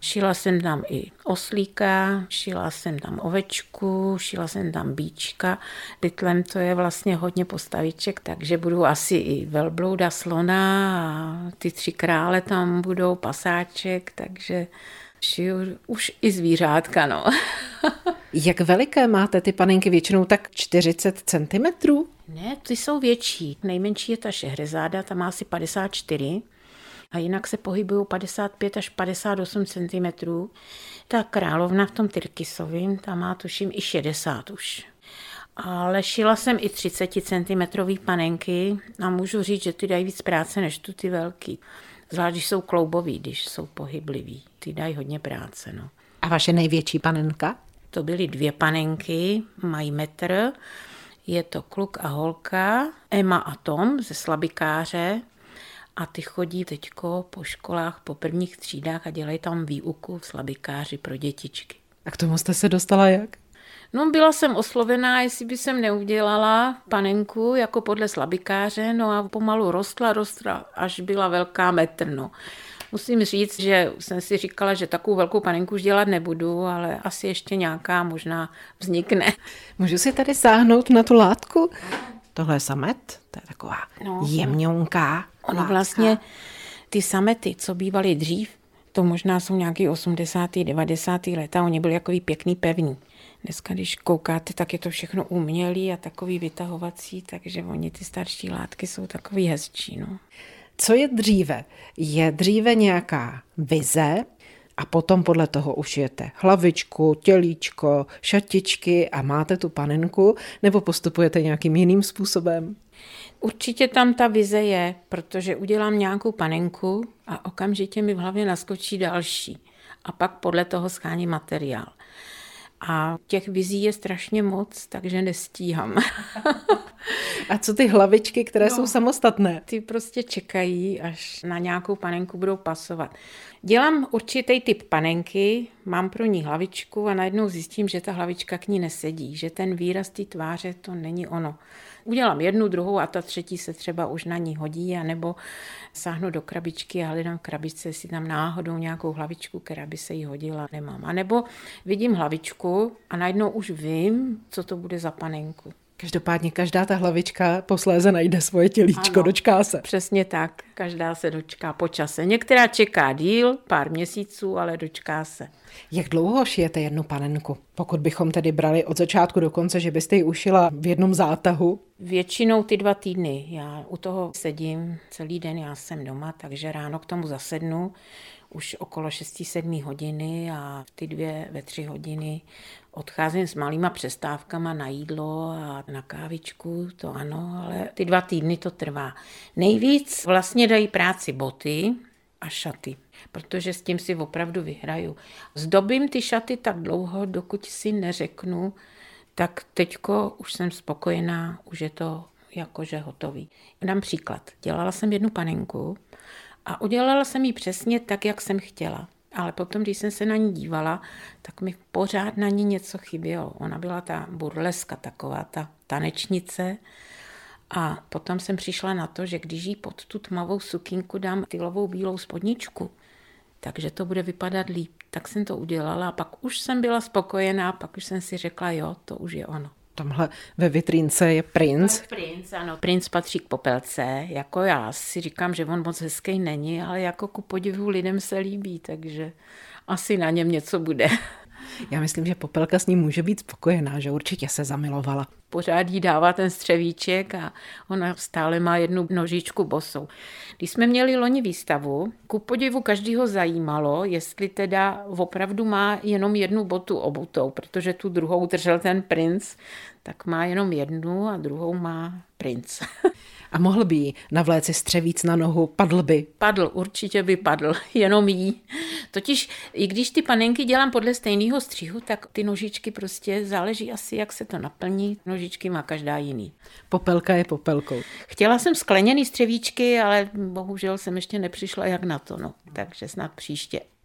Šila jsem tam i oslíka, šila jsem tam ovečku, šila jsem tam býčka. Pytlem to je vlastně hodně postaviček, takže budu asi i velblouda, slona a ty 3 krále tam budou, pasáček, takže šiju už i zvířátka, no. Jak veliké máte ty panenky? Většinou tak 40 centimetrů? Ne, ty jsou větší. Nejmenší je ta šehrezáda, ta má asi 54 a jinak se pohybují 55 až 58 cm. Ta královna v tom tyrkysovým, ta má tuším i 60 už. Ale šila jsem i 30 cm panenky a můžu říct, že ty dají víc práce než tu ty velký. Zvlášť, když jsou kloubový, když jsou pohyblivý. Ty dají hodně práce, no. A vaše největší panenka? To byly 2 panenky, mají metr. Je to kluk a holka, Emma a Tom ze Slabikáře. A ty chodí teďko po školách, po prvních třídách a dělají tam výuku v Slabikáři pro dětičky. A k tomu jste se dostala jak? No, byla jsem oslovená, jestli by jsem neudělala panenku jako podle Slabikáře, no a pomalu rostla, až byla velká metr, no. Musím říct, že jsem si říkala, že takovou velkou panenku už dělat nebudu, ale asi ještě nějaká možná vznikne. Můžu si tady sáhnout na tu látku? Tohle je samet, to je taková jemňonká. Ono vlastně ty samety, co bývaly dřív, to možná jsou nějaký 80. 90. leta, oni byli takový pěkný, pevný. Dneska, když koukáte, tak je to všechno umělý a takový vytahovací, takže oni ty starší látky jsou takový hezčí, no. Co je dříve? Je dříve nějaká vize a potom podle toho ušijete hlavičku, tělíčko, šatičky a máte tu panenku, nebo postupujete nějakým jiným způsobem? Určitě tam ta vize je, protože udělám nějakou panenku a okamžitě mi v hlavě naskočí další. A pak podle toho sháním materiál. A těch vizí je strašně moc, takže nestíhám. A co ty hlavičky, které jsou samostatné? Ty prostě čekají, až na nějakou panenku budou pasovat. Dělám určitý typ panenky, mám pro ní hlavičku a najednou zjistím, že ta hlavička k ní nesedí, že ten výraz té tváře to není ono. Udělám 1, 2 a ta 3. se třeba už na ní hodí, anebo sáhnu do krabičky a hledám v krabičce, jestli tam náhodou nějakou hlavičku, která by se jí hodila, nemám. A nebo vidím hlavičku a najednou už vím, co to bude za panenku. Každopádně každá ta hlavička posléze najde svoje tělíčko, ano, dočká se. Přesně tak, každá se dočká po čase. Některá čeká díl, pár měsíců, ale dočká se. Jak dlouho šijete jednu panenku? Pokud bychom tedy brali od začátku do konce, že byste ji ušila v jednom zátahu? Většinou ty 2 týdny. Já u toho sedím celý den, já jsem doma, takže ráno k tomu zasednu už okolo 6-7 hodiny a ty 2 ve 3 hodiny odcházím s malýma přestávkama na jídlo a na kávičku, to ano, ale ty 2 týdny to trvá. Nejvíc vlastně dají práci boty a šaty, protože s tím si opravdu vyhraju. Zdobím ty šaty tak dlouho, dokud si neřeknu, tak teďko už jsem spokojená, už je to jakože hotový. Dám příklad. Dělala jsem jednu panenku a udělala jsem ji přesně tak, jak jsem chtěla. Ale potom, když jsem se na ní dívala, tak mi pořád na ní něco chybělo. Ona byla ta burleska, taková ta tanečnice. A potom jsem přišla na to, že když jí pod tu tmavou sukínku dám tylovou bílou spodničku, takže to bude vypadat líp. Tak jsem to udělala a pak už jsem byla spokojená, pak už jsem si řekla, jo, to už je ono. Tamhle ve vitrínce je princ. Princ, ano. Princ patří k Popelce, jako já si říkám, že on moc hezký není, ale jako ku podivu lidem se líbí, takže asi na něm něco bude. Já myslím, že Popelka s ním může být spokojená, že určitě se zamilovala. Pořád jí dává ten střevíček a ona stále má jednu nožičku bosou. Když jsme měli loni výstavu, ku podivu každýho zajímalo, jestli teda opravdu má jenom jednu botu obutou, protože tu druhou držel ten princ, tak má jenom jednu a druhou má princ. A mohl by jí navléci střevíc na nohu, padl by? Padl, určitě by padl, jenom jí. Totiž, i když ty panenky dělám podle stejného střihu, tak ty nožičky prostě záleží asi, jak se to naplní. Nožičky má každá jiný. Popelka je Popelkou. Chtěla jsem skleněný střevíčky, ale bohužel jsem ještě nepřišla jak na to, no. Takže snad příště.